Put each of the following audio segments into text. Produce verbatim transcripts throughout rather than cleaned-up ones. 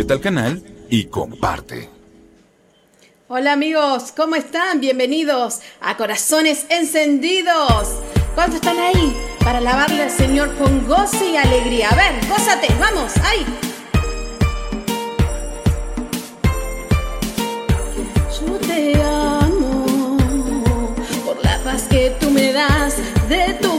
suscríbete al canal y comparte. Hola amigos, ¿cómo están? Bienvenidos a Corazones Encendidos. ¿Cuántos están ahí para alabarle al Señor con gozo y alegría? A ver, gózate, vamos, ahí. Yo te amo por la paz que tú me das de tu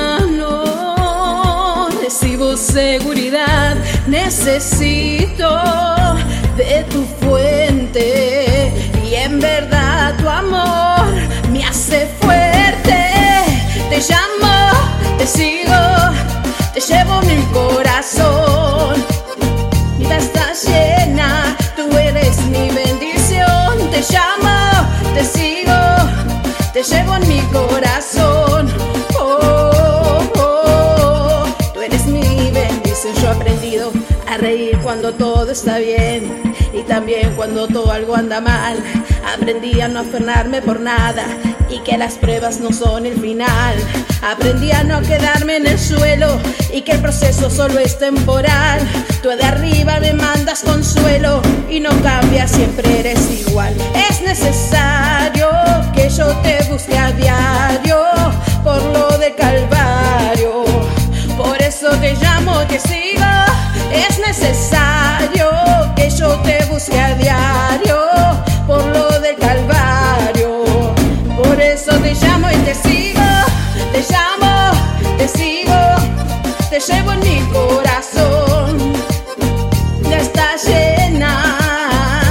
mano. Recibo seguridad, necesito de tu fuente. Y en verdad tu amor me hace fuerte. Te llamo, te sigo, te llevo en mi corazón. Mi vida está llena, tú eres mi bendición. Te llamo, te sigo, te llevo en mi corazón. Oh, oh, tú eres mi bendición. Yo he aprendido a reír cuando todo está bien y también cuando todo algo anda mal. Aprendí a no afanarme por nada y que las pruebas no son el final. Aprendí a no quedarme en el suelo y que el proceso solo es temporal. Tú de arriba me mandas consuelo y no cambias, siempre eres igual. Es necesario que yo te busque a diario por lo de Calvario. Por eso te llamo, te sigo. Es necesario que yo te busque a diario por lo de Calvario. Por eso te llamo y te sigo. Te llamo, te sigo, te llevo en mi corazón. Ya está llena.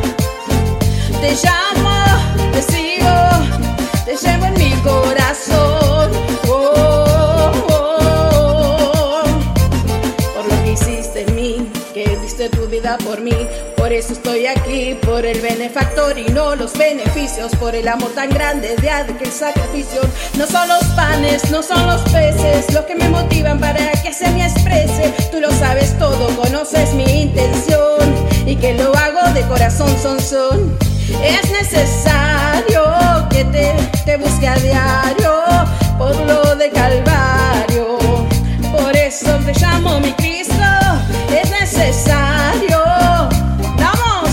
Te llamo, te sigo, te llevo en mi corazón. Oh, oh, oh. Por lo que hiciste en mí, que diste tu vida por mí. Por eso estoy aquí, por el benefactor y no los beneficios. Por el amor tan grande de aquel sacrificio. No son los panes, no son los peces los que me motivan para que se me exprese. Tú lo sabes todo, conoces mi intención y que lo hago de corazón, son, son. Es necesario que te, te busque a diario por lo de Calvario. Por eso te llamo mi Cristo. Es necesario, vamos,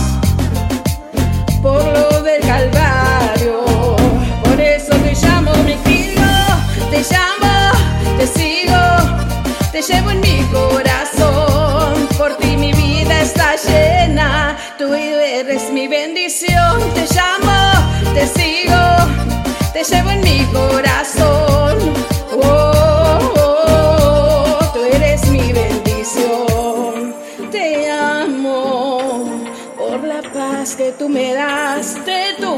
por lo del Calvario. Por eso te llamo mi Cristo. Te llamo, te sigo, te llevo en mi corazón. Por ti mi vida está llena, tú eres mi bendición. Te llamo, te sigo, te llevo en mi corazón. Oh, oh, oh, tú eres mi bendición. Te amo por la paz que tú me das de tu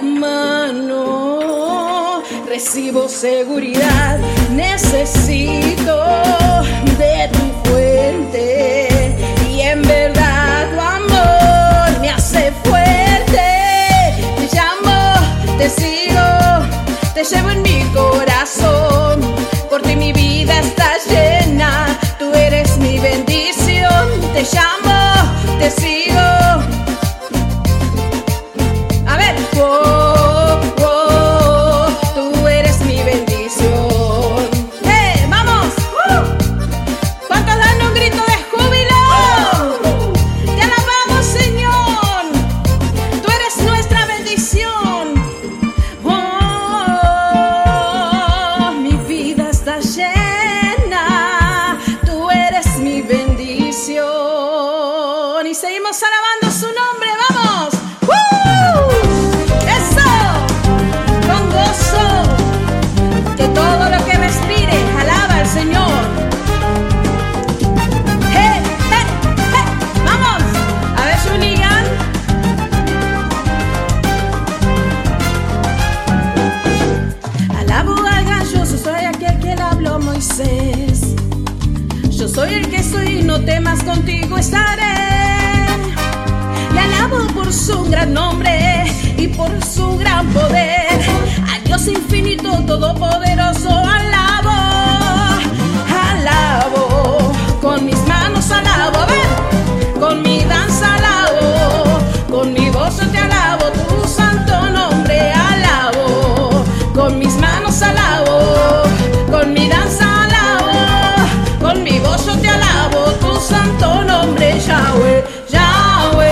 mano. Recibo seguridad, necesito de tu fuente. Y en verdad tu amor me hace fuerte. Te llamo, te sigo, te llevo en mi corazón. Por ti mi vida está llena, tú eres mi bendición. Te llamo, te sigo. A ver, oh, oh, tú eres mi bendición. ¡Hey, vamos! Uh. ¿Cuántos dan un grito de júbilo? Te alabamos, Señor. Tú eres nuestra bendición. Oh, mi vida está llena. Tú eres mi bendición. Y seguimos alabando su nombre. ¡Vamos! ¡Uh! ¡Eso! Con gozo. Que todo lo que respire alaba al Señor. ¡Hey! ¡Hey! ¡Hey! ¡Vamos! A ver, Julián. Alabo al gallo, yo soy aquel que le habló a Moisés. Yo soy el que soy, no temas, contigo estaré. Le alabo por su gran nombre y por su gran poder. A Dios infinito, todopoderoso, alabo, alabo. Con mis manos alabo, a ver, con mi danza alabo, con mi voz yo te alabo, tu santo nombre alabo. Con mis manos alabo, con mi danza alabo, con mi voz yo te alabo, tu santo nombre Yahweh, Yahweh.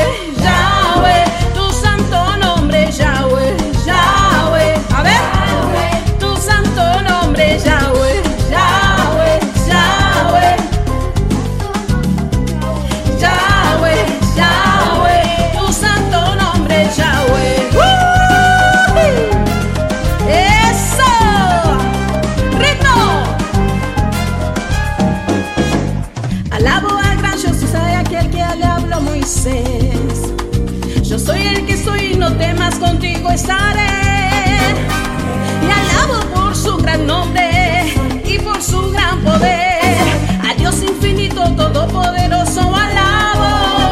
contigo estaré. Y alabo por su gran nombre y por su gran poder. A Dios infinito, todopoderoso, alabo,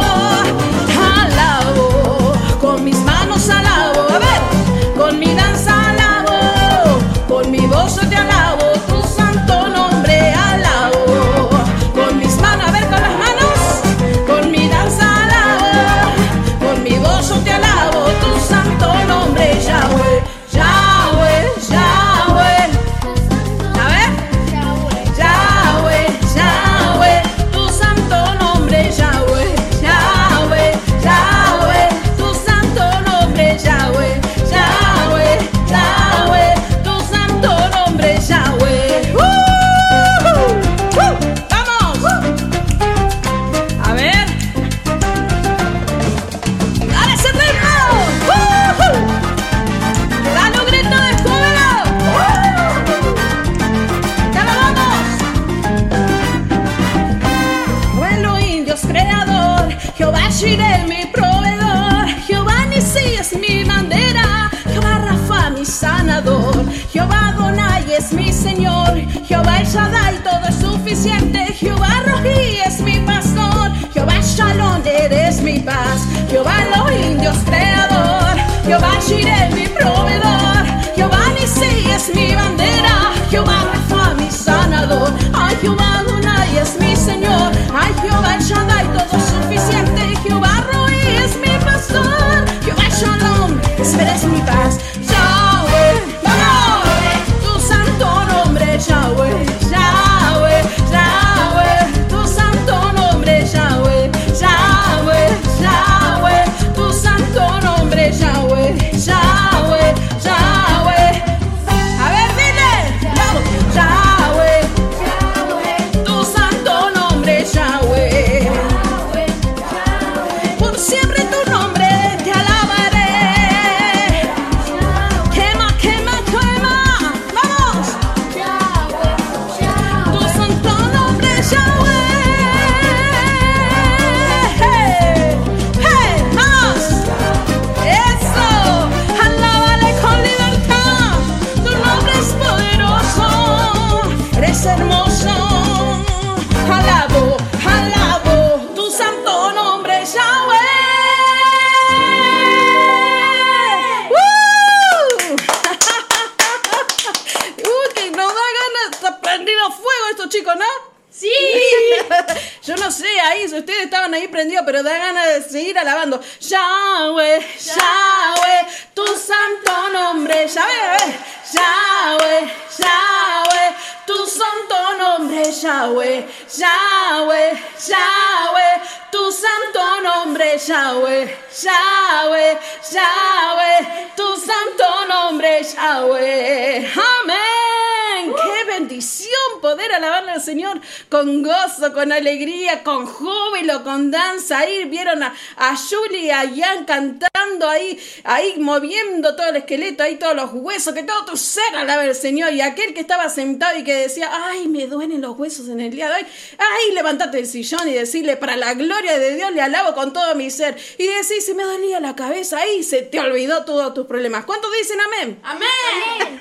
alabo. Con mis manos alabo, a ver, con mi danza alabo, con mi voz yo te alabo, tu santo nombre alabo. Con mis manos, a ver, con las manos, con mi danza alabo, con mi voz yo te alabo, tu santo nombre Yahweh, Yahweh, Yahweh. A ver, Yahweh, Yahweh, tu santo nombre Yahweh, Yahweh, Yahweh, tu santo nombre Yahweh, Yahweh, Yahweh, tu santo nombre Yahweh. ¡Uh! ¡Uh! ¡Vamos! A ver, dale ese ritmo. ¡Uh! Dale un grito de júbilo. ¡Uh! ¡Ya lo vamos! Elohim, Dios creador, Jehová Jireh, mi proveedor, Jehová Nisí es mi bandera, Jehová Rafa, mi sanador, Jehová Adonai es mi Señor, Jehová El Shaddai, todo es suficiente, Jehová Rohi es mi pastor, Jehová Shalom, eres mi paz, Jehová Elohim, Dios creador, Jehová Jireh, mi proveedor, Jehová Nisí es mi bandera, Jehová Rafa, mi sanador, ay Jehová Adonai es mi Señor, ay Jehová El Shaddai, todo es suficiente, Jehová Rohi es mi pastor, Jehová Shalom, eres mi paz, Yahweh, Yahweh, tu santo nombre Yahweh, Yahweh, Yahweh, tu santo nombre Yahweh, Yahweh, Yahweh, tu santo nombre Yahweh, Yahweh, Yahweh. A ver, dile, Yahweh, tu santo nombre Yahweh. Por siempre tu nombre te alabaré. Quema, quema, quema. Vamos. Tu santo nombre Yahweh. Hey, hey, vamos. Eso. Alábale con libertad. Tu nombre es poderoso. Eres hermoso. Alabo, alabo tu santo nombre Yahweh. ¡Uh! ¡Uh! Que nos da ganas, está prendido fuego estos chicos, ¿no? Sí. Yo no sé ahí si ustedes estaban ahí prendidos, pero da ganas de seguir alabando. Yahweh, Yahweh, tu santo nombre. Yahweh, Yahweh, Yahweh, tu santo nombre. Yahweh, Yahweh, Yahweh, tu santo nombre. Yahweh, Yahweh, Yahweh, tu santo nombre. Yahweh. Amén. ¡Qué bendición poder alabarle al Señor con gozo, con alegría, con júbilo, con danza! Ahí vieron a, a Julie y a Jan cantando ahí, ahí moviendo todo el esqueleto, ahí todos los huesos, que todo tu ser alaba al Señor. Y aquel que estaba sentado y que decía, ay, me duelen los huesos en el día de hoy, ay, levántate del sillón y decirle, para la gloria de Dios le alabo con todo mi ser. Y decir, si me dolía la cabeza, ahí se te olvidó todos tus problemas. ¿Cuántos dicen amén? Amén.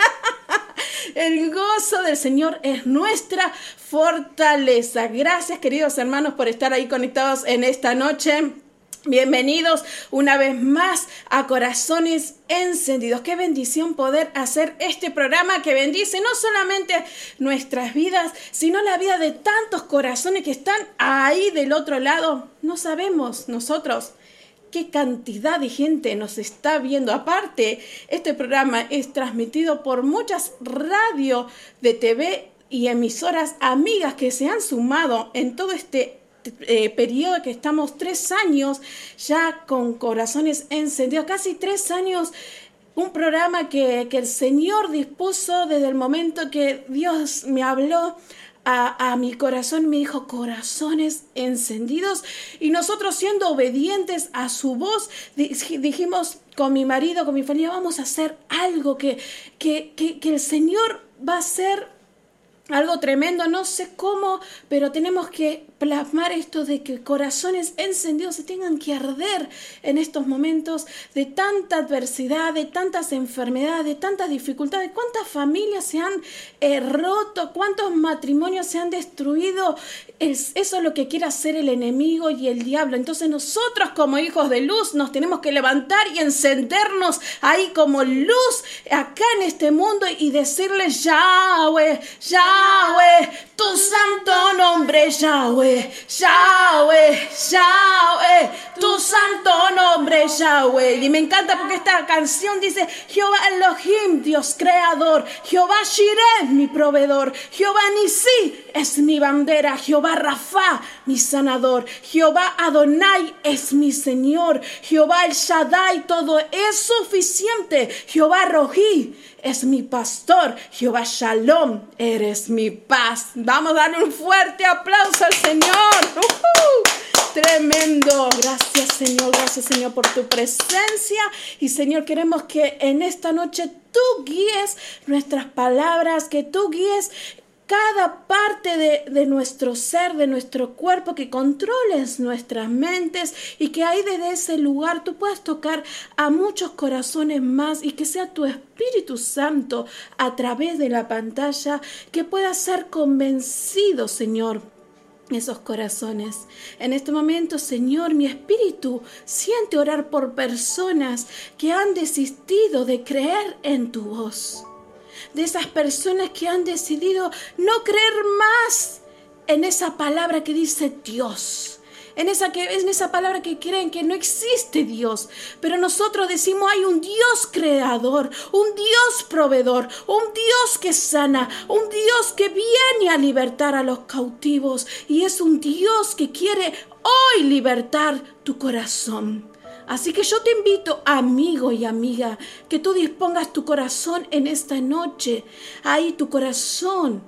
El gozo del Señor es nuestra fortaleza. Gracias, queridos hermanos, por estar ahí conectados en esta noche. Bienvenidos una vez más a Corazones Encendidos. Qué bendición poder hacer este programa que bendice no solamente nuestras vidas, sino la vida de tantos corazones que están ahí del otro lado. No sabemos nosotros qué cantidad de gente nos está viendo. Aparte, este programa es transmitido por muchas radios de T V y emisoras amigas que se han sumado en todo este Eh, periodo que estamos tres años ya con Corazones Encendidos, casi tres años, un programa que, que el Señor dispuso desde el momento que Dios me habló a, a mi corazón, me dijo Corazones Encendidos, y nosotros siendo obedientes a su voz dijimos con mi marido, con mi familia, vamos a hacer algo que, que, que, que el Señor va a hacer Algo tremendo, no sé cómo, pero tenemos que plasmar esto de que corazones encendidos se tengan que arder en estos momentos de tanta adversidad, de tantas enfermedades, de tantas dificultades. ¿Cuántas familias se han eh, roto? ¿Cuántos matrimonios se han destruido? Es, eso es lo que quiere hacer el enemigo y el diablo. Entonces nosotros como hijos de luz nos tenemos que levantar y encendernos ahí como luz acá en este mundo y decirle: Yahweh, Yahweh, tu santo nombre, Yahweh. Yahweh, Yahweh, tu santo nombre, Yahweh. Y me encanta porque esta canción dice: Jehová Elohim, Dios creador, Jehová Shireh, mi proveedor, Jehová Nisi es mi bandera, Jehová Rafa, mi sanador, Jehová Adonai es mi Señor, Jehová El Shaddai, todo es suficiente, Jehová Rohi es mi pastor, Jehová Shalom, eres mi paz. Vamos a darle un fuerte aplauso al Señor. Uh-huh. Tremendo. Gracias, Señor. Gracias, Señor, por tu presencia. Y, Señor, queremos que en esta noche tú guíes nuestras palabras, que tú guíes cada parte de, de nuestro ser, de nuestro cuerpo, que controles nuestras mentes y que ahí desde ese lugar tú puedas tocar a muchos corazones más y que sea tu Espíritu Santo a través de la pantalla que pueda ser convencido, Señor, esos corazones. En este momento, Señor, mi espíritu siente orar por personas que han desistido de creer en tu voz. De esas personas que han decidido no creer más en esa palabra que dice Dios. En esa, que, en esa palabra que creen que no existe Dios. Pero nosotros decimos: hay un Dios creador, un Dios proveedor, un Dios que sana, un Dios que viene a libertar a los cautivos. Y es un Dios que quiere hoy libertar tu corazón. Así que yo te invito, amigo y amiga, que tú dispongas tu corazón en esta noche. Ahí tu corazón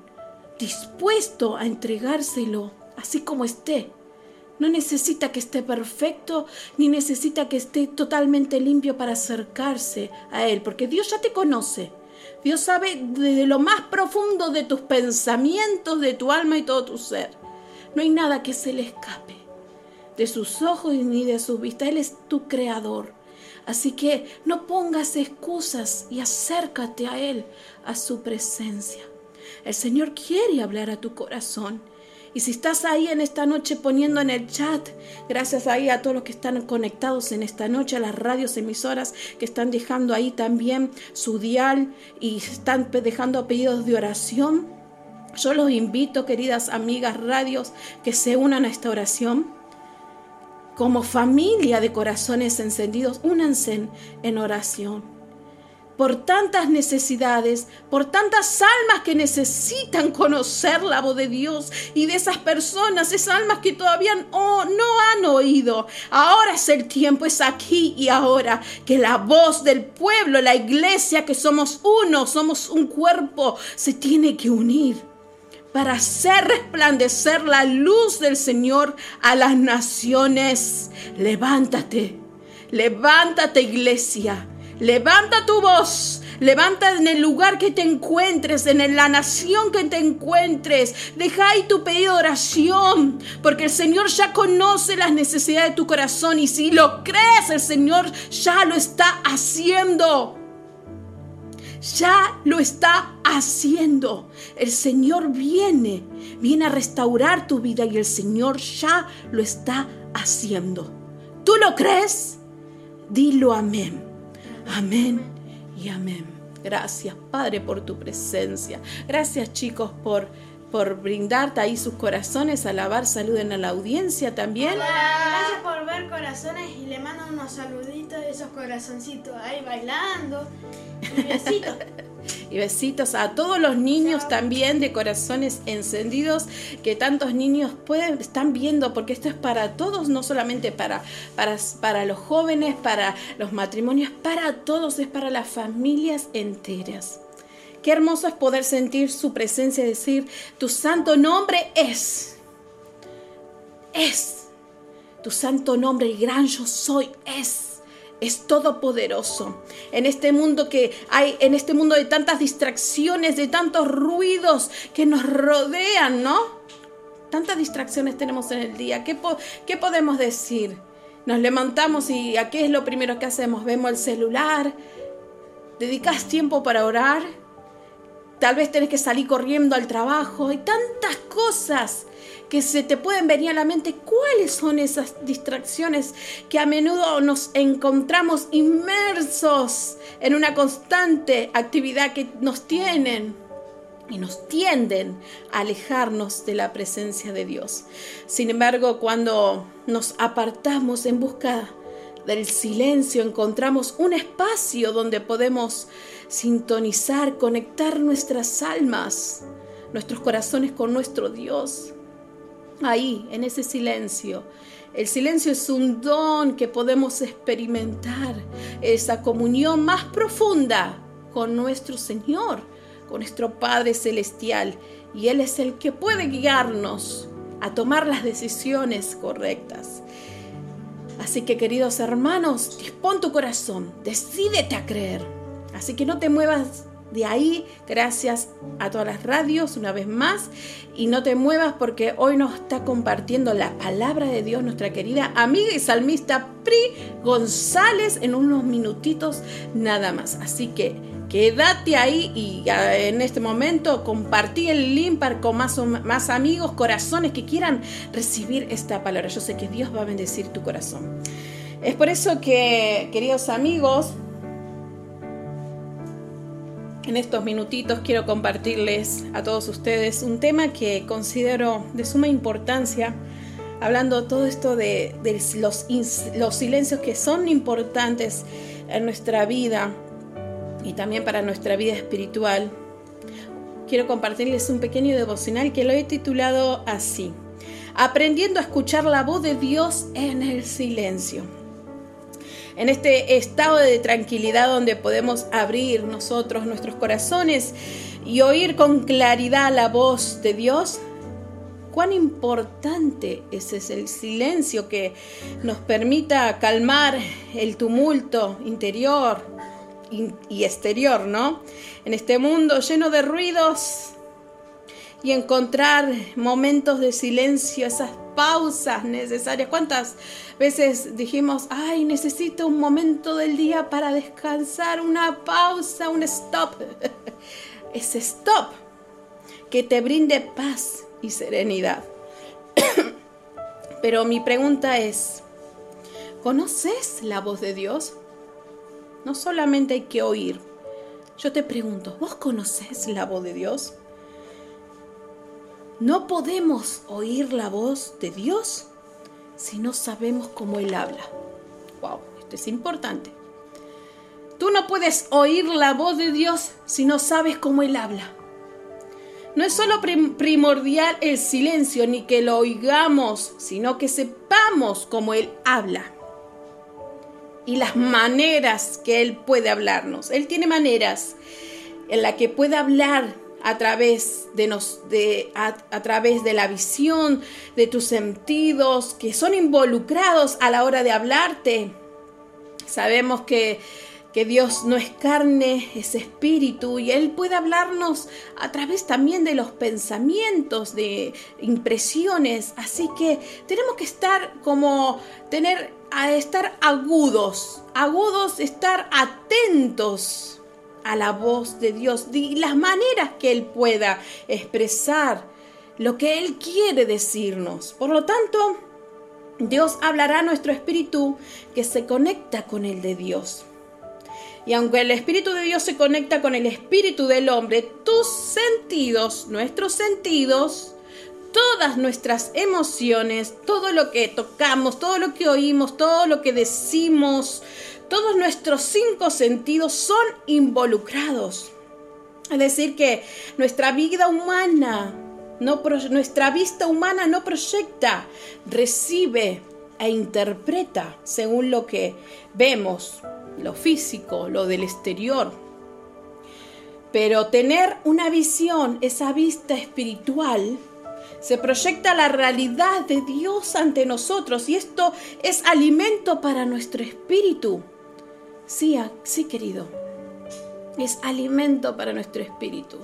dispuesto a entregárselo así como esté. No necesita que esté perfecto, ni necesita que esté totalmente limpio para acercarse a Él, porque Dios ya te conoce. Dios sabe desde lo más profundo de tus pensamientos, de tu alma y todo tu ser. No hay nada que se le escape de sus ojos ni de sus vistas. Él es tu creador. Así que no pongas excusas y acércate a Él, a su presencia. El Señor quiere hablar a tu corazón. Y si estás ahí en esta noche poniendo en el chat, gracias ahí a todos los que están conectados en esta noche, a las radios emisoras que están dejando ahí también su dial y están dejando pedidos de oración. Yo los invito, queridas amigas radios, que se unan a esta oración. Como familia de corazones encendidos, únanse en oración. Por tantas necesidades, por tantas almas que necesitan conocer la voz de Dios y de esas personas, esas almas que todavía oh, no han oído. Ahora es el tiempo, es aquí y ahora que la voz del pueblo, la iglesia, que somos uno, somos un cuerpo, se tiene que unir para hacer resplandecer la luz del Señor a las naciones. Levántate, levántate, iglesia, levanta tu voz, levanta en el lugar que te encuentres, en la nación que te encuentres. Deja ahí tu pedido de oración, porque el Señor ya conoce las necesidades de tu corazón y si lo crees, el Señor ya lo está haciendo. Ya lo está haciendo. El Señor viene, viene a restaurar tu vida y el Señor ya lo está haciendo. ¿Tú lo crees? Dilo amén. Amén y amén. Gracias, Padre, por tu presencia. Gracias, chicos, por, por brindarte ahí sus corazones. Alabar, saluden a la audiencia también. Gracias por ver corazones y le mando unos saluditos de esos corazoncitos ahí bailando. Y besitos. Y besitos a todos los niños también de corazones encendidos, que tantos niños pueden, están viendo, porque esto es para todos, no solamente para, para, para los jóvenes, para los matrimonios, para todos, es para las familias enteras. Qué hermoso es poder sentir su presencia y decir: tu santo nombre es, es, tu santo nombre, el gran yo soy, es. es todopoderoso. En este mundo que hay, en este mundo de tantas distracciones, de tantos ruidos que nos rodean, ¿no? Tantas distracciones tenemos en el día. ¿Qué, po- qué podemos decir? Nos levantamos y ¿a qué es lo primero que hacemos? Vemos el celular. ¿Dedicas tiempo para orar? Tal vez tenés que salir corriendo al trabajo. Hay tantas cosas que se te pueden venir a la mente. ¿Cuáles son esas distracciones que a menudo nos encontramos inmersos en una constante actividad que nos tienen y nos tienden a alejarnos de la presencia de Dios? Sin embargo, cuando nos apartamos en busca del silencio, encontramos un espacio donde podemos sintonizar, conectar nuestras almas, nuestros corazones con nuestro Dios. Ahí, en ese silencio. El silencio es un don que podemos experimentar, esa comunión más profunda con nuestro Señor, con nuestro Padre Celestial. Y Él es el que puede guiarnos a tomar las decisiones correctas. Así que, queridos hermanos, dispón tu corazón, decídete a creer. Así que no te muevas de ahí, gracias a todas las radios una vez más, y no te muevas porque hoy nos está compartiendo la palabra de Dios nuestra querida amiga y salmista Pri González en unos minutitos nada más. Así que quédate ahí y en este momento compartí el link para con más, más amigos, corazones que quieran recibir esta palabra. Yo sé que Dios va a bendecir tu corazón. Es por eso que, queridos amigos, en estos minutitos quiero compartirles a todos ustedes un tema que considero de suma importancia, hablando todo esto de, de los, los silencios que son importantes en nuestra vida y también para nuestra vida espiritual. Quiero compartirles un pequeño devocional que lo he titulado así: Aprendiendo a escuchar la voz de Dios en el silencio. En este estado de tranquilidad donde podemos abrir nosotros nuestros corazones y oír con claridad la voz de Dios, cuán importante ese es el silencio que nos permita calmar el tumulto interior y exterior, ¿no? En este mundo lleno de ruidos, y encontrar momentos de silencio, esas pausas necesarias. ¿Cuántas veces dijimos, ay, necesito un momento del día para descansar, una pausa, un stop? Ese stop que te brinde paz y serenidad. Pero mi pregunta es, ¿conoces la voz de Dios? No solamente hay que oír. Yo te pregunto, ¿vos conocés la voz de Dios? No podemos oír la voz de Dios si no sabemos cómo Él habla. Wow, esto es importante. Tú no puedes oír la voz de Dios si no sabes cómo Él habla. No es solo prim- primordial el silencio, ni que lo oigamos, sino que sepamos cómo Él habla y las maneras que Él puede hablarnos. Él tiene maneras en las que puede hablar a través de, nos, de, a, a través de la visión, de tus sentidos, que son involucrados a la hora de hablarte. Sabemos que, que Dios no es carne, es espíritu, y Él puede hablarnos a través también de los pensamientos, de impresiones. Así que tenemos que estar como, tener, a estar agudos, agudos, estar atentos a la voz de Dios y las maneras que Él pueda expresar lo que Él quiere decirnos. Por lo tanto, Dios hablará a nuestro espíritu que se conecta con el de Dios. Y aunque el espíritu de Dios se conecta con el espíritu del hombre, tus sentidos, nuestros sentidos, todas nuestras emociones, todo lo que tocamos, todo lo que oímos, todo lo que decimos, todos nuestros cinco sentidos son involucrados. Es decir, que nuestra vida humana, no, nuestra vista humana no proyecta, recibe e interpreta según lo que vemos, lo físico, lo del exterior. Pero tener una visión, esa vista espiritual, se proyecta la realidad de Dios ante nosotros, y esto es alimento para nuestro espíritu. Sí, sí, querido. Es alimento para nuestro espíritu.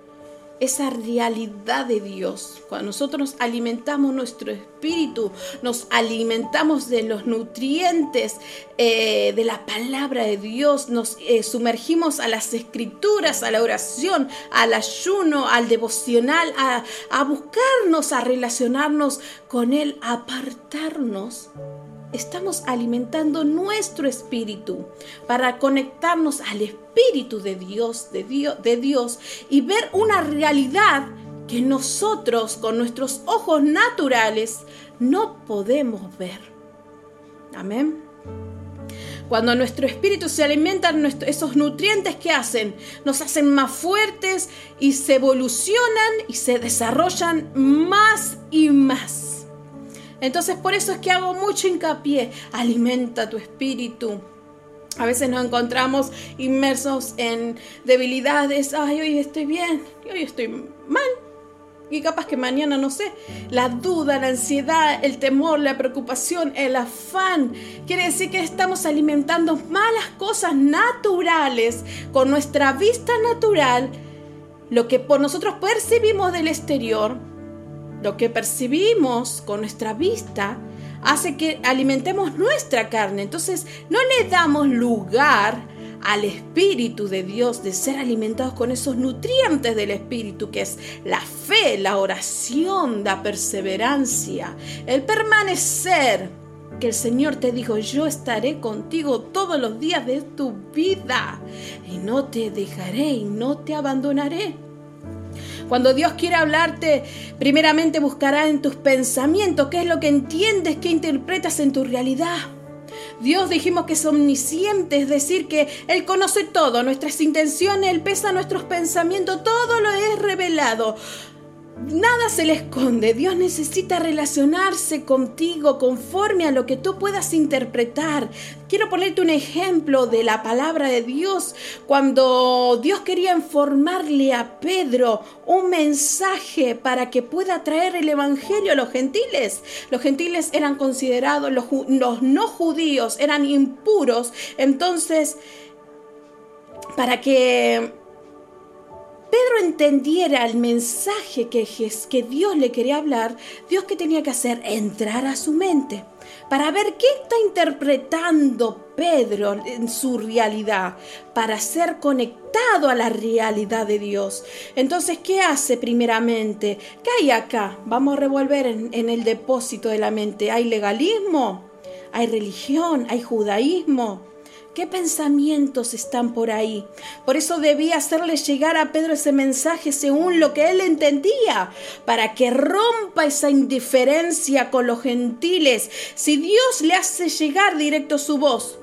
Esa realidad de Dios. Cuando nosotros nos alimentamos nuestro espíritu, nos alimentamos de los nutrientes eh, de la palabra de Dios, nos eh, sumergimos a las escrituras, a la oración, al ayuno, al devocional, a, a buscarnos, a relacionarnos con Él, a apartarnos. Estamos alimentando nuestro espíritu para conectarnos al Espíritu de Dios, de Dios, de Dios y ver una realidad que nosotros con nuestros ojos naturales no podemos ver. Amén. Cuando nuestro espíritu se alimenta, esos nutrientes que hacen, nos hacen más fuertes y se evolucionan y se desarrollan más y más. Entonces por eso es que hago mucho hincapié, alimenta tu espíritu. A veces nos encontramos inmersos en debilidades, ay, hoy estoy bien, hoy estoy mal. Y capaz que mañana, no sé, la duda, la ansiedad, el temor, la preocupación, el afán. Quiere decir que estamos alimentando malas cosas naturales con nuestra vista natural, lo que por nosotros percibimos del exterior. Lo que percibimos con nuestra vista hace que alimentemos nuestra carne. Entonces no le damos lugar al Espíritu de Dios de ser alimentados con esos nutrientes del Espíritu, que es la fe, la oración, la perseverancia, el permanecer. Que el Señor te dijo, yo estaré contigo todos los días de tu vida y no te dejaré y no te abandonaré. Cuando Dios quiere hablarte, primeramente buscará en tus pensamientos qué es lo que entiendes, qué interpretas en tu realidad. Dios dijimos que es omnisciente, es decir, que Él conoce todo, nuestras intenciones, Él pesa nuestros pensamientos, todo lo es revelado. Nada se le esconde. Dios necesita relacionarse contigo conforme a lo que tú puedas interpretar. Quiero ponerte un ejemplo de la palabra de Dios. Cuando Dios quería informarle a Pedro un mensaje para que pueda traer el evangelio a los gentiles. Los gentiles eran considerados, los, los no judíos eran impuros. Entonces, para que Pedro entendiera el mensaje que, que Dios le quería hablar, Dios, ¿qué tenía que hacer? Entrar a su mente para ver qué está interpretando Pedro en su realidad, para ser conectado a la realidad de Dios. Entonces, ¿qué hace primeramente? ¿Qué hay acá? Vamos a revolver en, en el depósito de la mente. ¿Hay legalismo? ¿Hay religión? ¿Hay judaísmo? ¿Qué pensamientos están por ahí? Por eso debía hacerle llegar a Pedro ese mensaje según lo que él entendía, para que rompa esa indiferencia con los gentiles. Si Dios le hace llegar directo su voz,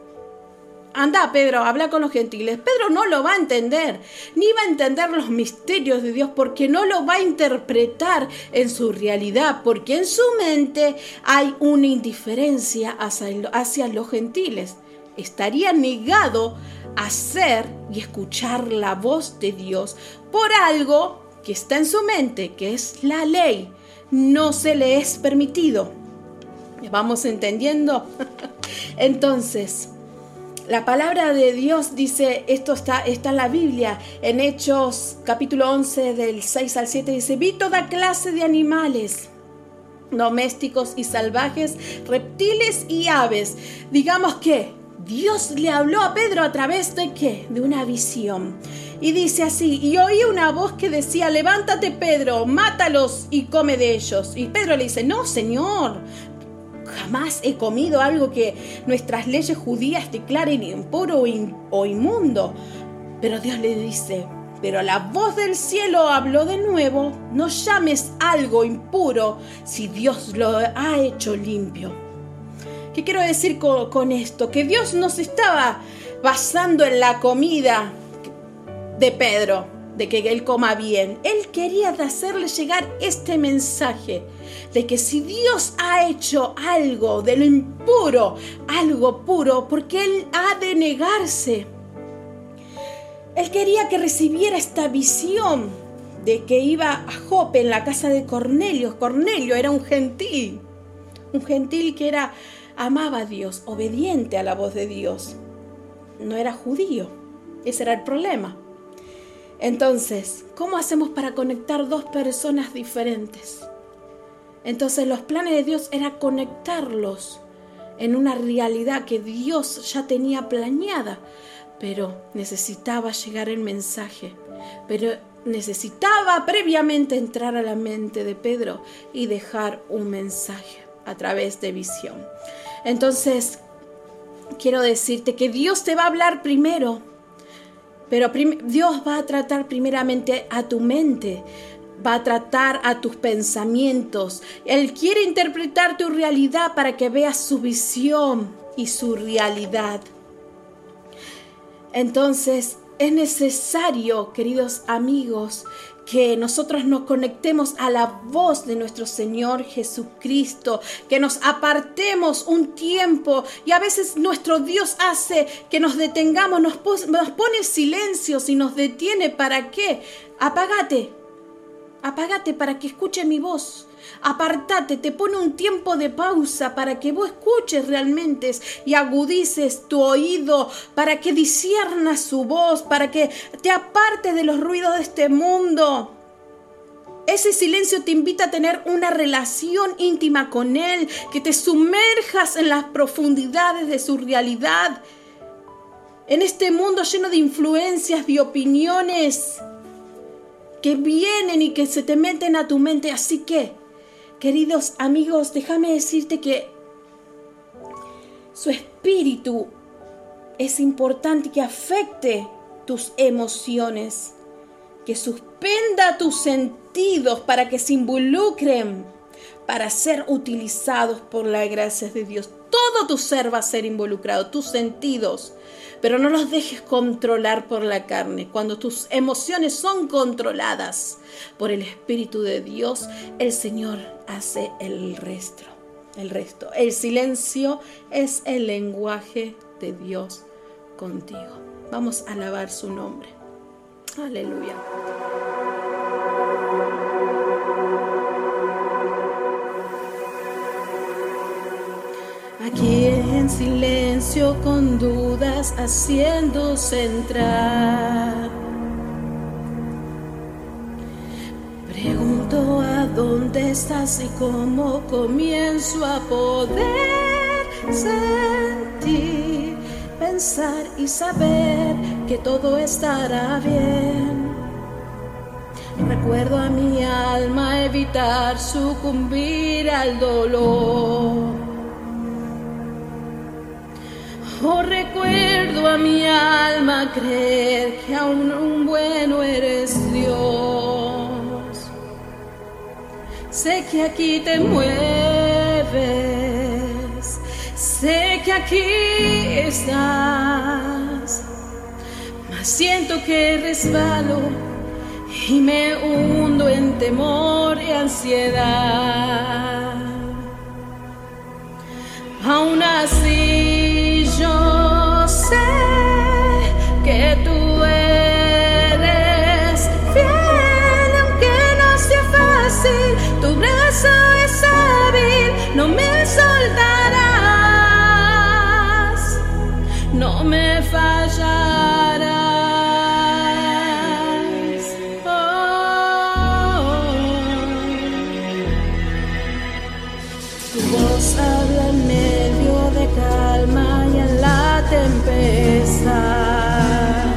anda, Pedro, habla con los gentiles. Pedro no lo va a entender, ni va a entender los misterios de Dios, porque no lo va a interpretar en su realidad, porque en su mente hay una indiferencia hacia, hacia los gentiles. Estaría negado a hacer y escuchar la voz de Dios por algo que está en su mente, que es la ley. No se le es permitido. ¿Vamos entendiendo? Entonces, la palabra de Dios dice, esto está, está en la Biblia, en Hechos capítulo once del seis al siete, dice, vi toda clase de animales, domésticos y salvajes, reptiles y aves. Digamos que Dios le habló a Pedro a través de ¿qué? De una visión. Y dice así, y oí una voz que decía, levántate, Pedro, mátalos y come de ellos. Y Pedro le dice, no, Señor, jamás he comido algo que nuestras leyes judías declaren impuro o inmundo. Pero Dios le dice, pero la voz del cielo habló de nuevo, no llames algo impuro si Dios lo ha hecho limpio. ¿Qué quiero decir con, con esto? Que Dios no se estaba basando en la comida de Pedro, de que él coma bien. Él quería hacerle llegar este mensaje de que si Dios ha hecho algo de lo impuro, algo puro, porque Él ha de negarse. Él quería que recibiera esta visión de que iba a Jope, en la casa de Cornelio. Cornelio era un gentil, un gentil que era... amaba a Dios, obediente a la voz de Dios. no era judío. Ese era el problema. Entonces, ¿cómo hacemos para conectar dos personas diferentes? Entonces, los planes de Dios era conectarlos en una realidad que Dios ya tenía planeada, pero necesitaba llegar el mensaje, pero necesitaba previamente entrar a la mente de Pedro y dejar un mensaje a través de visión. Entonces, quiero decirte que Dios te va a hablar primero, pero prim- Dios va a tratar primeramente a tu mente, va a tratar a tus pensamientos. Él quiere interpretar tu realidad para que veas su visión y su realidad. Entonces, es necesario, queridos amigos, que nosotros nos conectemos a la voz de nuestro Señor Jesucristo, que nos apartemos un tiempo, y a veces nuestro Dios hace que nos detengamos, nos, pos- nos pone silencios y nos detiene. ¿Para qué? Apágate, apágate para que escuche mi voz. Apartate, te pone un tiempo de pausa para que vos escuches realmente y agudices tu oído, para que disciernas su voz, para que te apartes de los ruidos de este mundo. Ese silencio te invita a tener una relación íntima con Él, que te sumerjas en las profundidades de su realidad. En este mundo lleno de influencias, de opiniones que vienen y que se te meten a tu mente. Así que, queridos amigos, déjame decirte que su espíritu es importante, que afecte tus emociones, que suspenda tus sentidos para que se involucren, para ser utilizados por la gracia de Dios. Todo tu ser va a ser involucrado, tus sentidos, pero no los dejes controlar por la carne. Cuando tus emociones son controladas por el Espíritu de Dios, el Señor hace el resto. El resto. El silencio es el lenguaje de Dios contigo. Vamos a alabar su nombre. Aleluya. Aquí en silencio, con dudas haciéndose entrar, pregunto a dónde estás y cómo comienzo a poder sentir, pensar y saber que todo estará bien. Recuerdo a mi alma evitar sucumbir al dolor. Oh, recuerdo a mi alma creer que aún un bueno eres Dios. Sé que aquí te mueves, sé que aquí estás, mas siento que resbalo y me hundo en temor y ansiedad. Aún así yo sé que tú eres fiel, aunque no sea fácil. Tu brazo es hábil, no me soltarás, no me fallarás. Oh, tu voz habla en medio de calma y en la tempestad.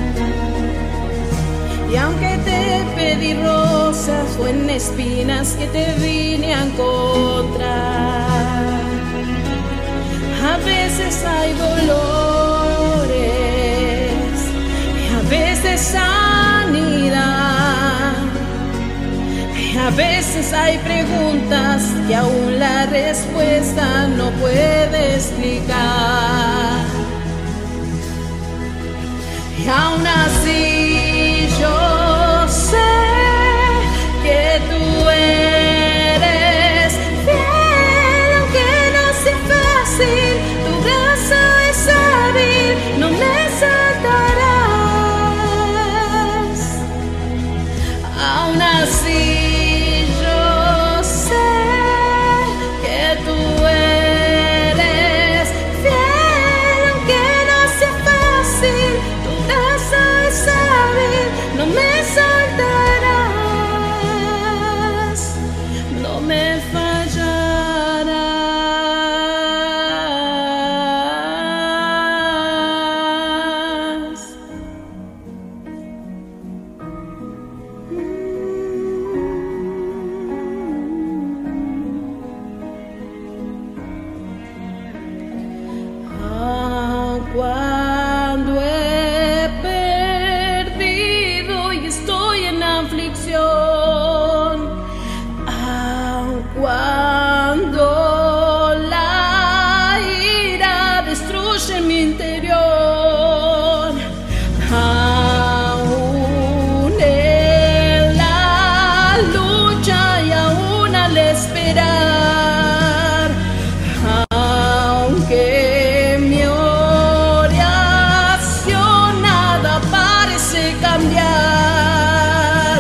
Y aunque te pedí rosas o en espinas que te vine a encontrar, a veces hay dolores y a veces sanidad, y a veces hay preguntas que aún la respuesta no puede explicar. Y aún así yo sé que tú eres fiel, aunque no sea fácil. Tu brazo es hábil, no me soltarás. Aún así yo sé que tú eres fiel, aunque no sea fácil. cambiar.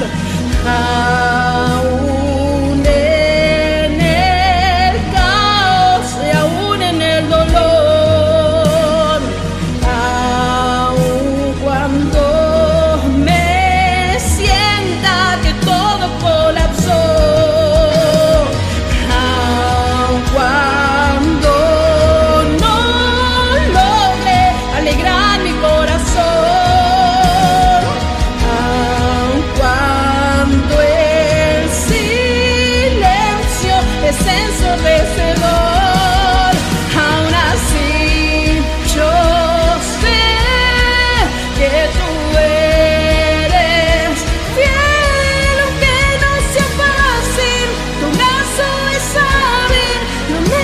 Aún en el caos y aún en el dolor, aún cuando me sienta que todo colapsó, aún cuando no logre alegrar mi corazón, aun cuando el silencio es ensordecedor, aún así yo sé que tú eres fiel, aunque no sea fácil. Tu brazo es hábil, no me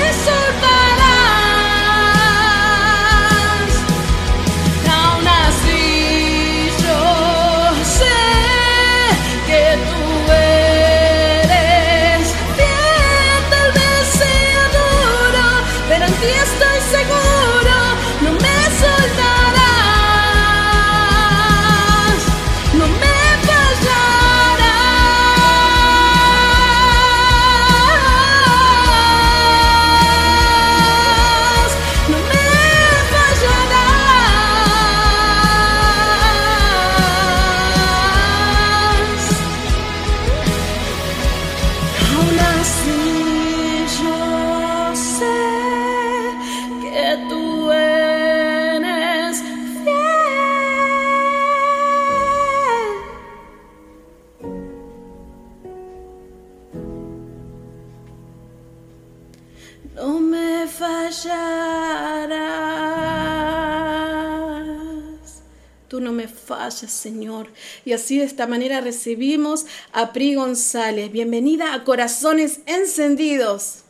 soltarás. Aún así yo sé que tú eres fiel. Tal vez sea duro, pero en ti estoy seguro, no me soltarás, no me fallarás, no me fallarás. Aún así yo sé que tú eres fiel. No me fallarás. Tú no me fallas, Señor. Y así de esta manera recibimos a Pri González. Bienvenida a Corazones Encendidos.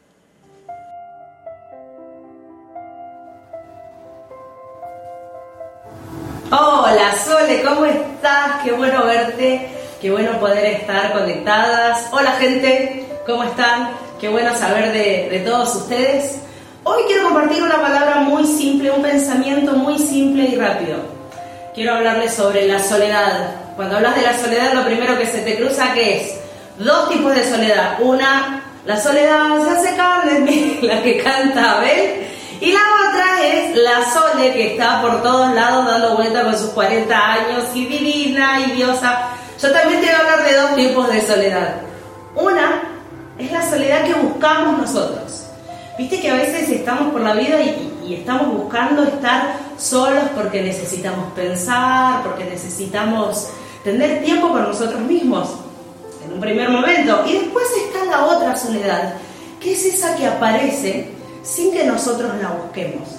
Hola Sole, ¿cómo estás? Qué bueno verte, qué bueno poder estar conectadas. Hola gente, ¿cómo están? Qué bueno saber de, de todos ustedes. Hoy quiero compartir una palabra muy simple, un pensamiento muy simple y rápido. Quiero hablarles sobre la soledad. Cuando hablas de la soledad, lo primero que se te cruza, ¿qué es? Dos tipos de soledad. Una, la soledad se hace carne, la que canta Abel. Y la otra es la Sole, que está por todos lados dando vuelta con sus cuarenta años y divina y diosa. Yo también te voy a hablar de dos tipos de soledad. Una es la soledad que buscamos nosotros. Viste que a veces estamos por la vida y, y estamos buscando estar solos porque necesitamos pensar, porque necesitamos tener tiempo con nosotros mismos en un primer momento. Y después está la otra soledad, que es esa que aparece sin que nosotros la busquemos.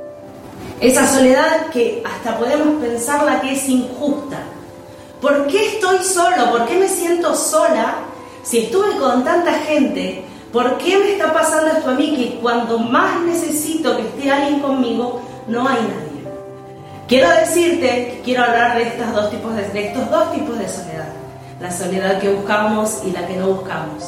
Esa soledad que hasta podemos pensarla que es injusta. ¿Por qué estoy solo? ¿Por qué me siento sola? Si estuve con tanta gente, ¿por qué me está pasando esto a mí? Que cuando más necesito que esté alguien conmigo, no hay nadie. Quiero decirte que quiero hablar de, estas dos tipos de, de estos dos tipos de soledad. La soledad que buscamos y la que no buscamos.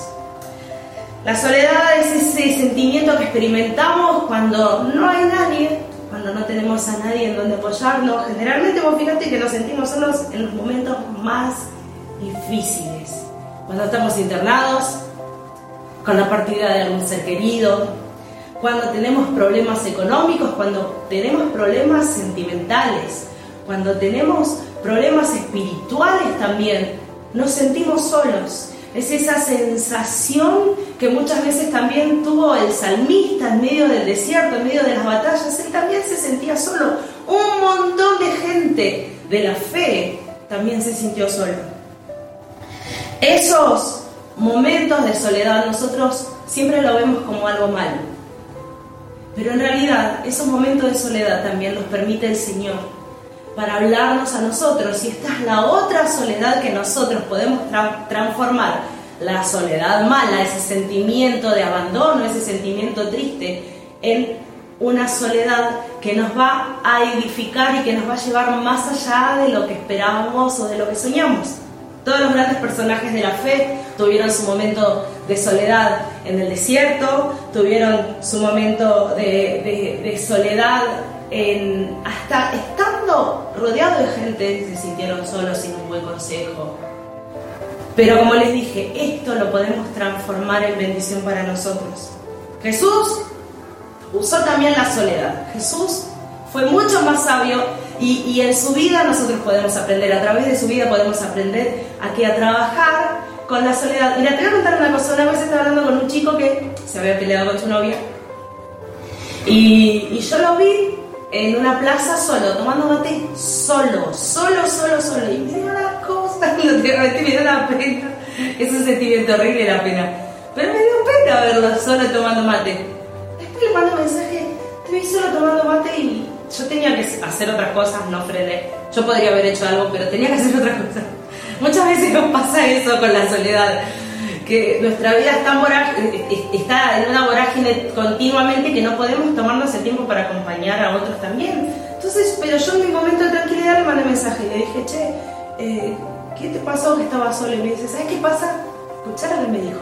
La soledad es ese sentimiento que experimentamos cuando no hay nadie, cuando no tenemos a nadie en donde apoyarnos. Generalmente vos fíjate que nos sentimos solos en los momentos más difíciles. Cuando estamos internados, con la partida de algún ser querido, cuando tenemos problemas económicos, cuando tenemos problemas sentimentales, cuando tenemos problemas espirituales también, nos sentimos solos. Es esa sensación que muchas veces también tuvo el salmista en medio del desierto, en medio de las batallas. Él también se sentía solo. Un montón de gente de la fe también se sintió solo. Esos momentos de soledad nosotros siempre lo vemos como algo malo. Pero en realidad esos momentos de soledad también los permite el Señor para hablarnos a nosotros, y esta es la otra soledad que nosotros podemos tra- transformar, la soledad mala, ese sentimiento de abandono, ese sentimiento triste, en una soledad que nos va a edificar y que nos va a llevar más allá de lo que esperábamos o de lo que soñamos. Todos los grandes personajes de la fe tuvieron su momento de soledad en el desierto, tuvieron su momento de, de, de soledad en, hasta estando estando rodeado de gente se sintieron solos sin un buen consejo. Pero como les dije, esto lo podemos transformar en bendición para nosotros. Jesús usó también la soledad. Jesús fue mucho más sabio y, y en su vida nosotros podemos aprender, a través de su vida podemos aprender a que a trabajar con la soledad. Mira, te voy a contar una cosa. Una vez estaba hablando con un chico que se había peleado con su novia y, y yo lo vi en una plaza solo, tomando mate, solo, solo, solo, solo. Y me dio una cosa, no te me dio una pena. Es un sentimiento horrible la pena. Pero me dio pena verlo solo tomando mate. Después le mando un mensaje, te vi solo tomando mate y yo tenía que hacer otras cosas, no frené. Yo podría haber hecho algo, pero tenía que hacer otras cosas. Muchas veces nos pasa eso con la soledad, que nuestra vida está en, vorágine, está en una vorágine continuamente que no podemos tomarnos el tiempo para acompañar a otros también. Entonces, pero yo en mi momento de tranquilidad le mandé mensaje y le dije, che, eh, ¿qué te pasó que estabas solo? Y me dice, ¿sabes qué pasa? Escuchá lo que me dijo.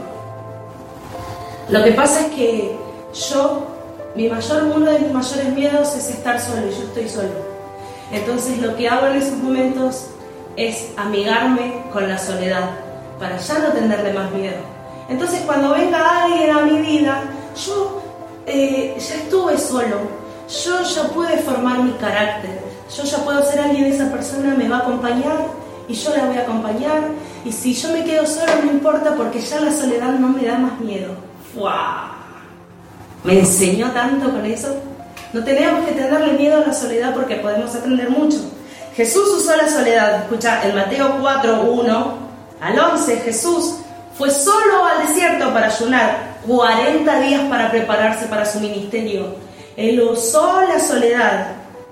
Lo que pasa es que yo, mi mayor, uno de mis mayores miedos es estar solo y yo estoy solo. Entonces lo que hago en esos momentos es amigarme con la soledad para ya no tenerle más miedo. Entonces cuando venga alguien a mi vida, yo eh, ya estuve solo, yo ya pude formar mi carácter, yo ya puedo ser alguien, esa persona me va a acompañar y yo la voy a acompañar, y si yo me quedo solo no importa porque ya la soledad no me da más miedo. ¡Wow! Me enseñó tanto con eso. No tenemos que tenerle miedo a la soledad porque podemos aprender mucho. Jesús usó la soledad. Escucha, en Mateo cuatro, uno al once, Jesús fue solo al desierto para ayunar cuarenta días para prepararse para su ministerio. Él usó la soledad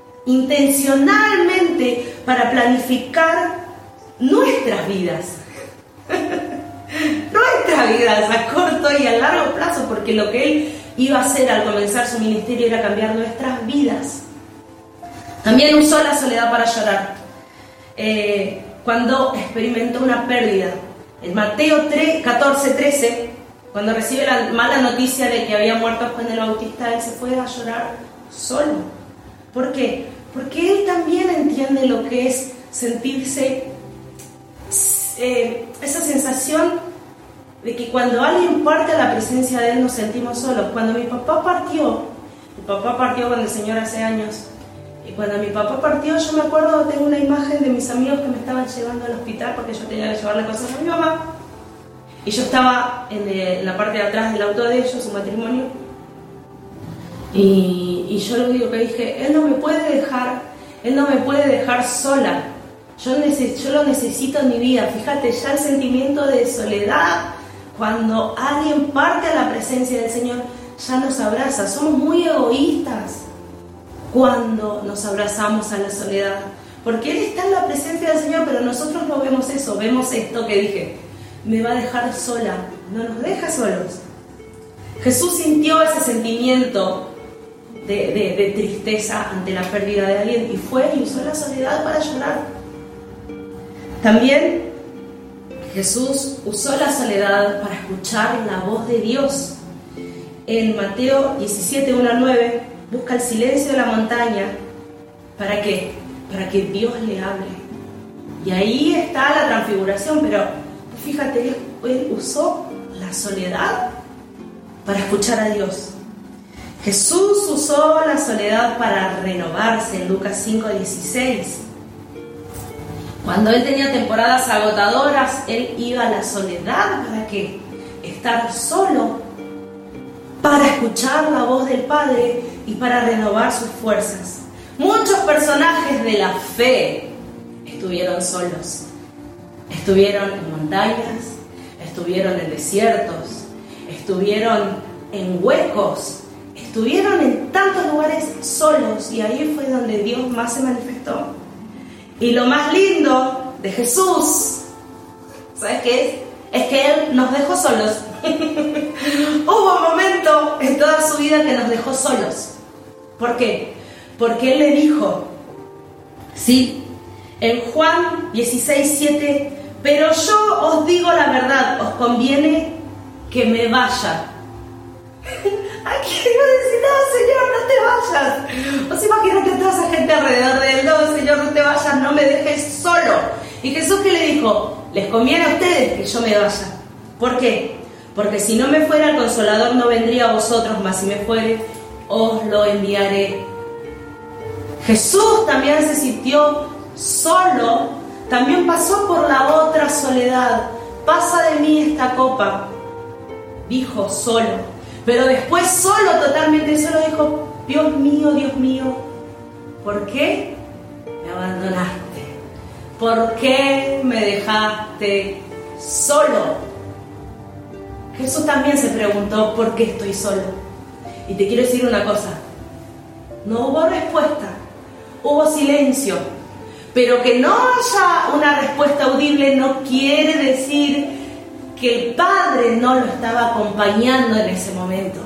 intencionalmente para planificar nuestras vidas. Nuestras vidas a corto y a largo plazo, porque lo que él iba a hacer al comenzar su ministerio era cambiar nuestras vidas. También usó la soledad para llorar. Eh, cuando experimentó una pérdida. En Mateo catorce, trece, cuando recibe la mala noticia de que había muerto Juan el Bautista, él se fue a llorar solo. ¿Por qué? Porque él también entiende lo que es sentirse, eh, esa sensación de que cuando alguien parte a la presencia de él nos sentimos solos. Cuando mi papá partió, mi papá partió con el Señor hace años, y cuando mi papá partió, yo me acuerdo, tengo una imagen de mis amigos que me estaban llevando al hospital porque yo tenía que llevarle cosas a mi mamá, y yo estaba en, el, en la parte de atrás del auto de ellos, su matrimonio, y, y yo lo único que dije, él no me puede dejar, él no me puede dejar sola, yo, neces, yo lo necesito en mi vida. Fíjate, ya el sentimiento de soledad, cuando alguien parte a la presencia del Señor, ya nos abraza. Somos muy egoístas cuando nos abrazamos a la soledad, porque Él está en la presencia del Señor, pero nosotros no vemos eso, vemos esto que dije, me va a dejar sola, no nos deja solos. Jesús sintió ese sentimiento de, de, de tristeza ante la pérdida de alguien y fue y usó la soledad para llorar. También Jesús usó la soledad para escuchar la voz de Dios. En Mateo diecisiete, uno al nueve, busca el silencio de la montaña. ¿Para qué? Para que Dios le hable. Y ahí está la transfiguración, pero fíjate, Él usó la soledad para escuchar a Dios. Jesús usó la soledad para renovarse en Lucas cinco, dieciséis. Cuando Él tenía temporadas agotadoras, Él iba a la soledad. ¿Para qué? Estar solo, para escuchar la voz del Padre y para renovar sus fuerzas. Muchos personajes de la fe estuvieron solos. Estuvieron en montañas, estuvieron en desiertos, estuvieron en huecos, estuvieron en tantos lugares solos, y ahí fue donde Dios más se manifestó. Y lo más lindo de Jesús, ¿sabes qué es? Es que Él nos dejó solos. Hubo un momento en toda su vida que nos dejó solos. ¿Por qué? Porque Él le dijo, ¿sí? En Juan dieciséis, siete, pero yo os digo la verdad, os conviene que me vaya. Aquí iba a decir, no, Señor, no te vayas. Vos imagínate a toda esa gente alrededor de él, no, Señor, no te vayas, no me dejes solo. Y Jesús, ¿qué le dijo? Les conviene a ustedes que yo me vaya. ¿Por qué? Porque si no me fuera el Consolador no vendría a vosotros, mas si me fuere, os lo enviaré. Jesús también se sintió solo, también pasó por la otra soledad. Pasa de mí esta copa, dijo solo, pero después solo, totalmente solo, dijo, Dios mío, Dios mío, ¿por qué me abandonaste? ¿Por qué me dejaste solo? Jesús también se preguntó, ¿por qué estoy solo? Y te quiero decir una cosa, no hubo respuesta, hubo silencio, pero que no haya una respuesta audible no quiere decir que el Padre no lo estaba acompañando en ese momento.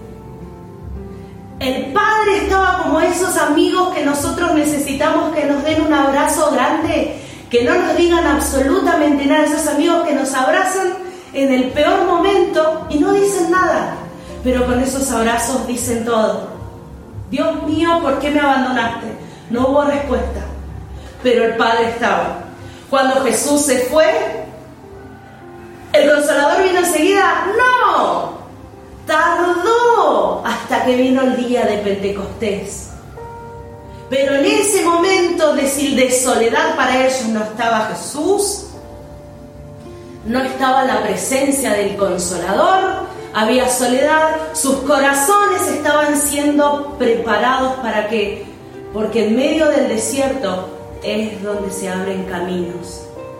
El Padre estaba como esos amigos que nosotros necesitamos que nos den un abrazo grande, que no nos digan absolutamente nada, esos amigos que nos abrazan en el peor momento y no dicen nada, pero con esos abrazos dicen todo. Dios mío, ¿por qué me abandonaste? No hubo respuesta, pero el Padre estaba. Cuando Jesús se fue, ¿el Consolador vino enseguida? ¡No! Tardó hasta que vino el día de Pentecostés. Pero en ese momento de, de soledad para ellos no estaba Jesús, no estaba la presencia del Consolador, había soledad, sus corazones estaban siendo preparados para qué, porque en medio del desierto es donde se abren caminos.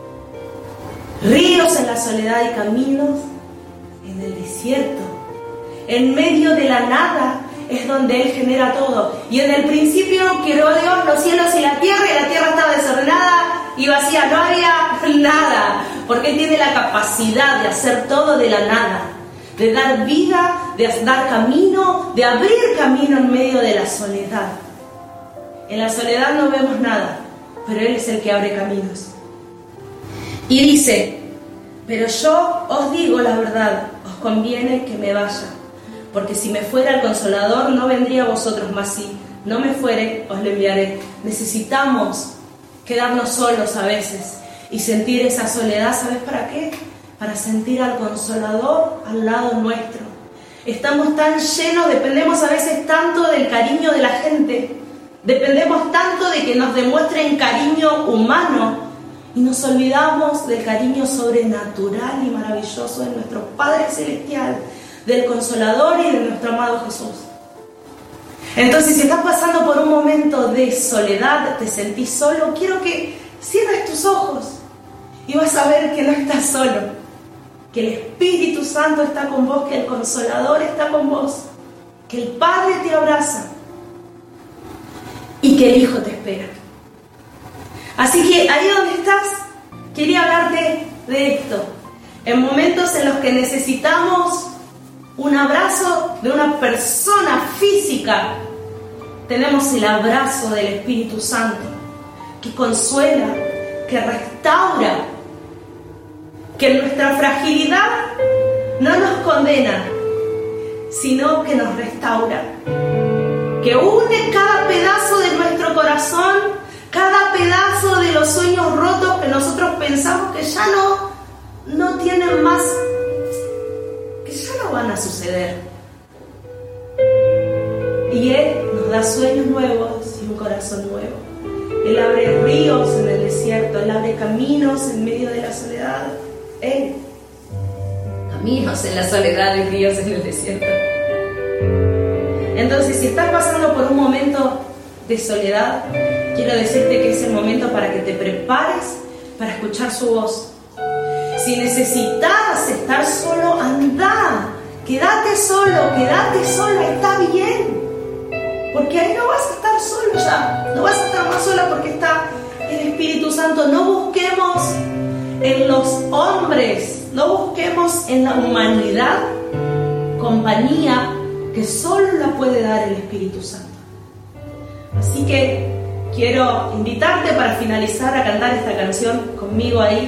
Ríos en la soledad y caminos en el desierto. En medio de la nada es donde Él genera todo. Y en el principio creó Dios los cielos y la tierra, y la tierra estaba desordenada y vacía, no había nada, porque Él tiene la capacidad de hacer todo de la nada, de dar vida, de dar camino, de abrir camino en medio de la soledad. En la soledad no vemos nada, pero Él es el que abre caminos. Y dice, pero yo os digo la verdad, os conviene que me vaya, porque si me fuera el Consolador no vendría a vosotros, mas si no me fuere, os lo enviaré. Necesitamos quedarnos solos a veces y sentir esa soledad, ¿sabes para qué? Para sentir al Consolador al lado nuestro. Estamos tan llenos, dependemos a veces tanto del cariño de la gente, dependemos tanto de que nos demuestren cariño humano, y nos olvidamos del cariño sobrenatural y maravilloso de nuestro Padre Celestial, del Consolador y de nuestro amado Jesús. Entonces, si estás pasando por un momento de soledad, te sentís solo, quiero que cierres tus ojos y vas a ver que no estás solo, que el Espíritu Santo está con vos, que el Consolador está con vos, que el Padre te abraza y que el Hijo te espera. Así que ahí donde estás, quería hablarte de esto. En momentos en los que necesitamos un abrazo de una persona física, tenemos el abrazo del Espíritu Santo, que consuela, que restaura, que en nuestra fragilidad no nos condena, sino que nos restaura, que une cada pedazo de nuestro corazón, cada pedazo de los sueños rotos que nosotros pensamos que ya no, no tienen más, que ya no van a suceder. Y Él nos da sueños nuevos y un corazón nuevo. Él abre ríos en el desierto, Él abre caminos en medio de la soledad. Él, caminos en la soledad y ríos en el desierto. Entonces, si estás pasando por un momento de soledad, quiero decirte que es el momento para que te prepares para escuchar su voz. Si necesitas estar solo, anda, quédate solo, quédate sola, está bien, porque ahí no vas a estar solo ya, no vas a estar más sola porque está el Espíritu Santo. No busquemos en los hombres, no busquemos en la humanidad compañía que solo la puede dar el Espíritu Santo. Así que quiero invitarte para finalizar a cantar esta canción conmigo ahí.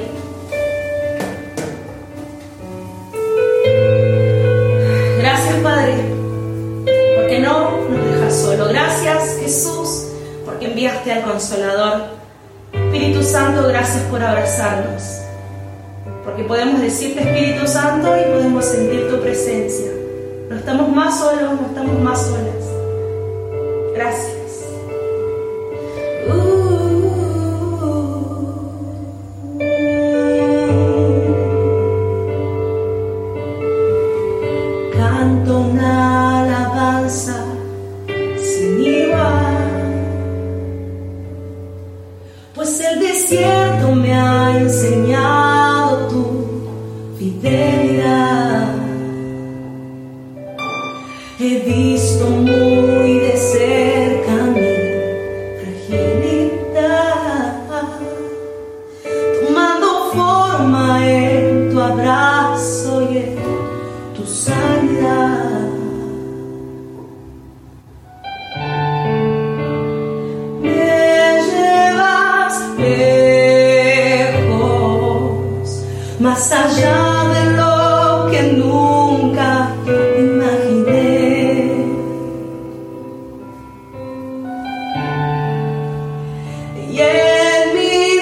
Gracias, Padre, porque no nos dejas solo. Gracias. Gracias, Jesús, porque enviaste al Consolador. Espíritu Santo, gracias por abrazarnos, porque podemos decirte Espíritu Santo y podemos sentir tu presencia. No estamos más solos, no estamos más solas. Gracias. Canto una alabanza sin igual, pues el desierto me ha enseñado tu fidelidad. He visto muy de cerca mi fragilidad, tomando forma en tu abrazo y en tu sanidad. Me llevas lejos, más allá de lo que nunca imaginé. Y en mi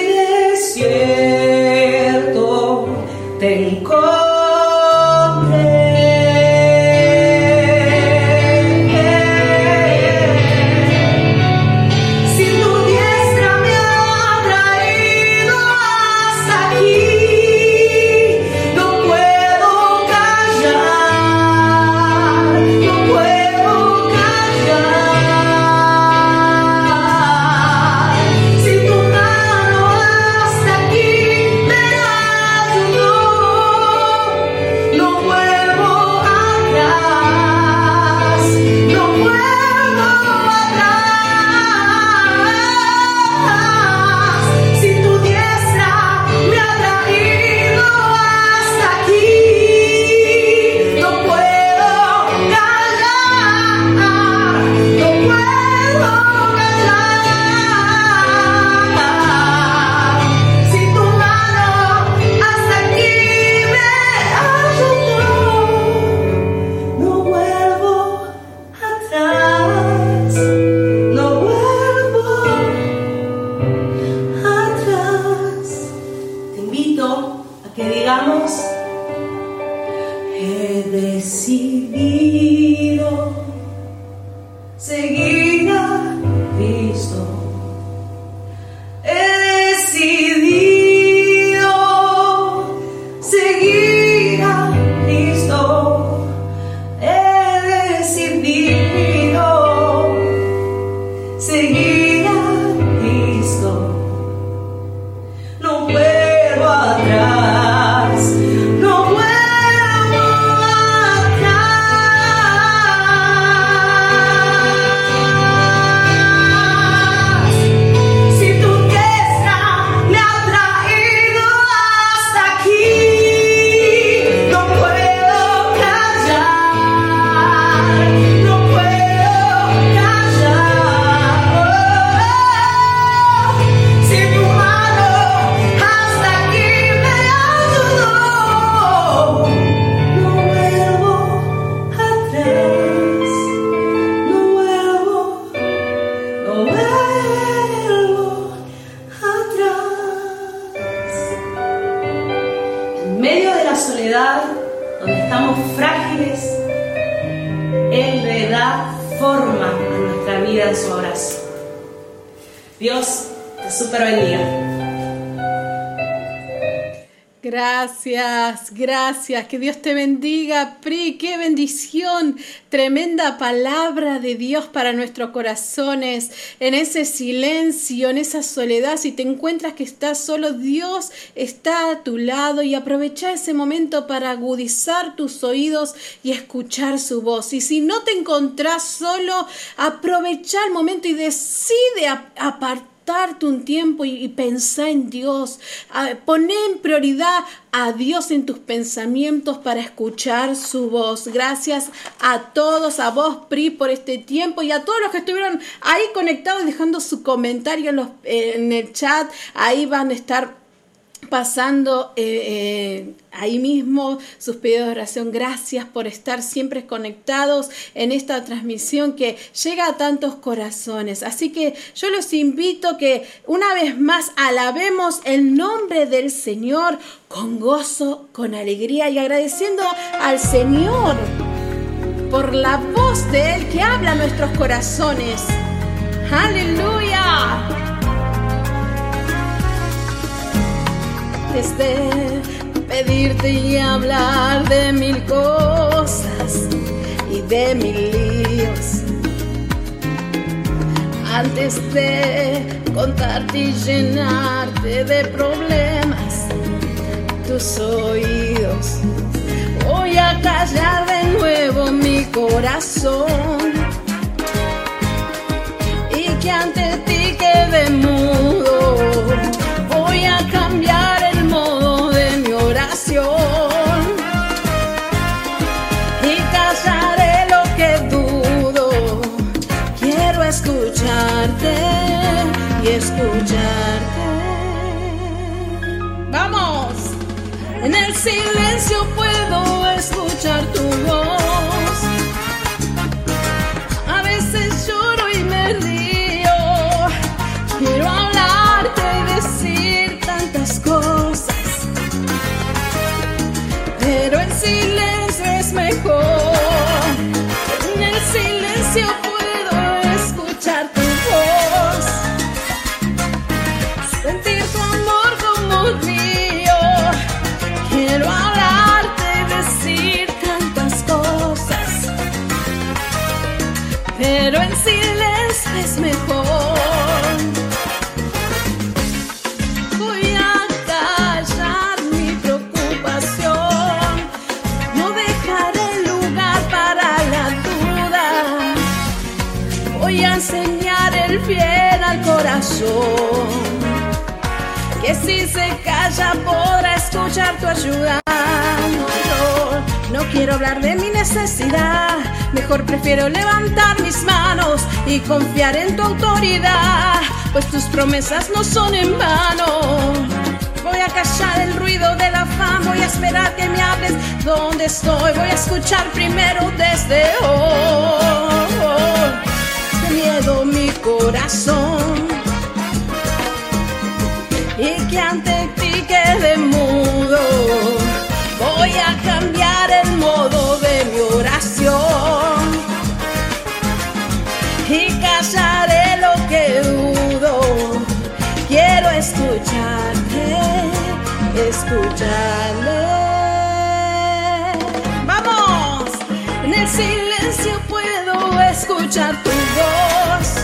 desierto te encontré. He decidido seguir a Cristo. He decidido seguir a Cristo. He decidido seguir a Cristo. No vuelvo atrás. No vuelvo donde estamos frágiles, Él le da forma a nuestra vida en su abrazo. Dios te super bendiga. Gracias, gracias, que Dios te bendiga, Pri, qué bendición, tremenda palabra de Dios para nuestros corazones, en ese silencio, en esa soledad, si te encuentras que estás solo, Dios está a tu lado y aprovecha ese momento para agudizar tus oídos y escuchar su voz, y si no te encontrás solo, aprovecha el momento y decide apartar darte un tiempo y, y pensar en Dios, poner en prioridad a Dios en tus pensamientos para escuchar su voz. Gracias a todos, a vos, Pri, por este tiempo, y a todos los que estuvieron ahí conectados dejando su comentario en, los, en el chat. Ahí van a estar pasando eh, eh, ahí mismo sus pedidos de oración. Gracias por estar siempre conectados en esta transmisión que llega a tantos corazones. Así que yo los invito que una vez más alabemos el nombre del Señor con gozo, con alegría y agradeciendo al Señor por la voz de Él que habla a nuestros corazones. ¡Aleluya! Desde pedirte y hablar de mil cosas y de mil líos, antes de contarte y llenarte de problemas tus oídos, voy a callar de nuevo mi corazón y que ante ti quede mudo. Voy a cambiar el modo de mi oración y callaré lo que dudo. Quiero escucharte y escucharte. ¡Vamos! En el silencio puedo escuchar tu voz. A veces lloro y me río. Quiero hablarte y decir tantas cosas, pero en silencio es mejor. En el silencio puedo escuchar tu voz, sentir tu amor como río. Quiero hablarte y decir tantas cosas, pero en silencio es mejor. Voy a callar mi preocupación, no dejaré lugar para la duda. Voy a enseñar el bien al corazón, que si se calla podrá escuchar tu ayuda. No, no quiero hablar de mi necesidad, mejor prefiero levantar mis manos y confiar en tu autoridad, pues tus promesas no son en vano. Voy a callar el ruido del afán, voy a esperar que me hables donde estoy. Voy a escuchar primero desde hoy. De miedo mi corazón y que ante ti quede mudo. Voy a cambiar el modo de mi oración y callaré lo que dudo. Quiero escucharte, escucharle. ¡Vamos! En el silencio puedo escuchar tu voz.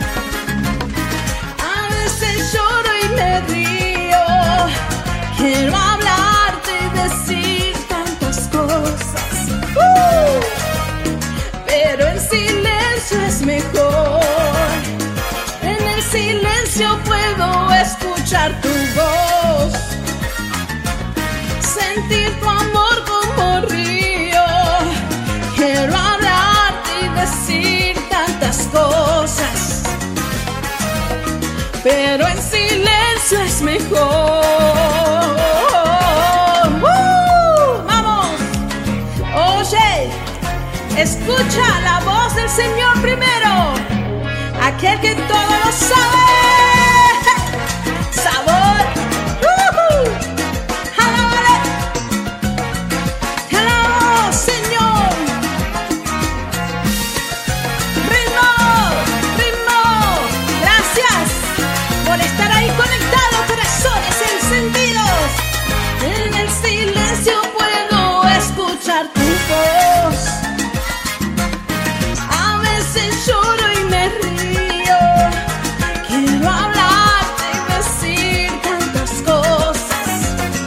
A veces lloro y me río. Quiero hablarte y decir tantas cosas, uh, pero en silencio es mejor. En el silencio puedo escuchar tu voz, sentir tu amor como río. Quiero hablarte y decir tantas cosas, pero en silencio es mejor. ¡Uh! ¡Vamos! Oye, escucha la voz del Señor primero, aquel que todo lo sabe. Sabor. ¡Uh! ¡Alábale! ¡Te alabo, Señor! ¡Ritmo! ¡Ritmo! Gracias por estar ahí conectados, corazones encendidos. En el silencio puedo escuchar tu voz. A veces lloro y me río. Quiero hablarte y decir tantas cosas,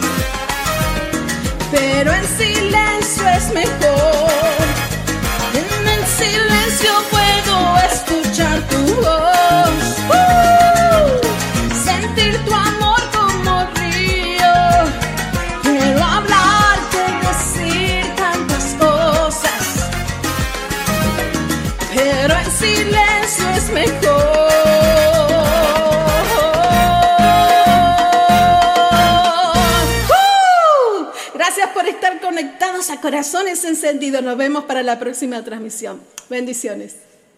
pero en silencio es mejor. En el silencio puedo escuchar tu voz, uh, sentir tu amor como río. Quiero hablarte y decir tantas cosas, pero en silencio es mejor. conectados a Corazones Encendidos. Nos vemos para la próxima transmisión. Bendiciones.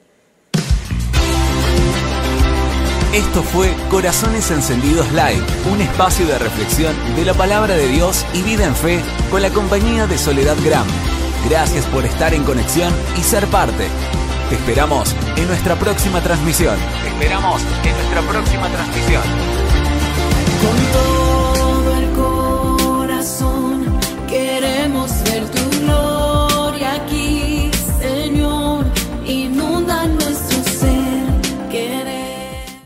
Esto fue Corazones Encendidos Live, un espacio de reflexión de la palabra de Dios y vida en fe con la compañía de Soledad Gram. Gracias por estar en conexión y ser parte. Te esperamos en nuestra próxima transmisión. Te esperamos en nuestra próxima transmisión. Con todo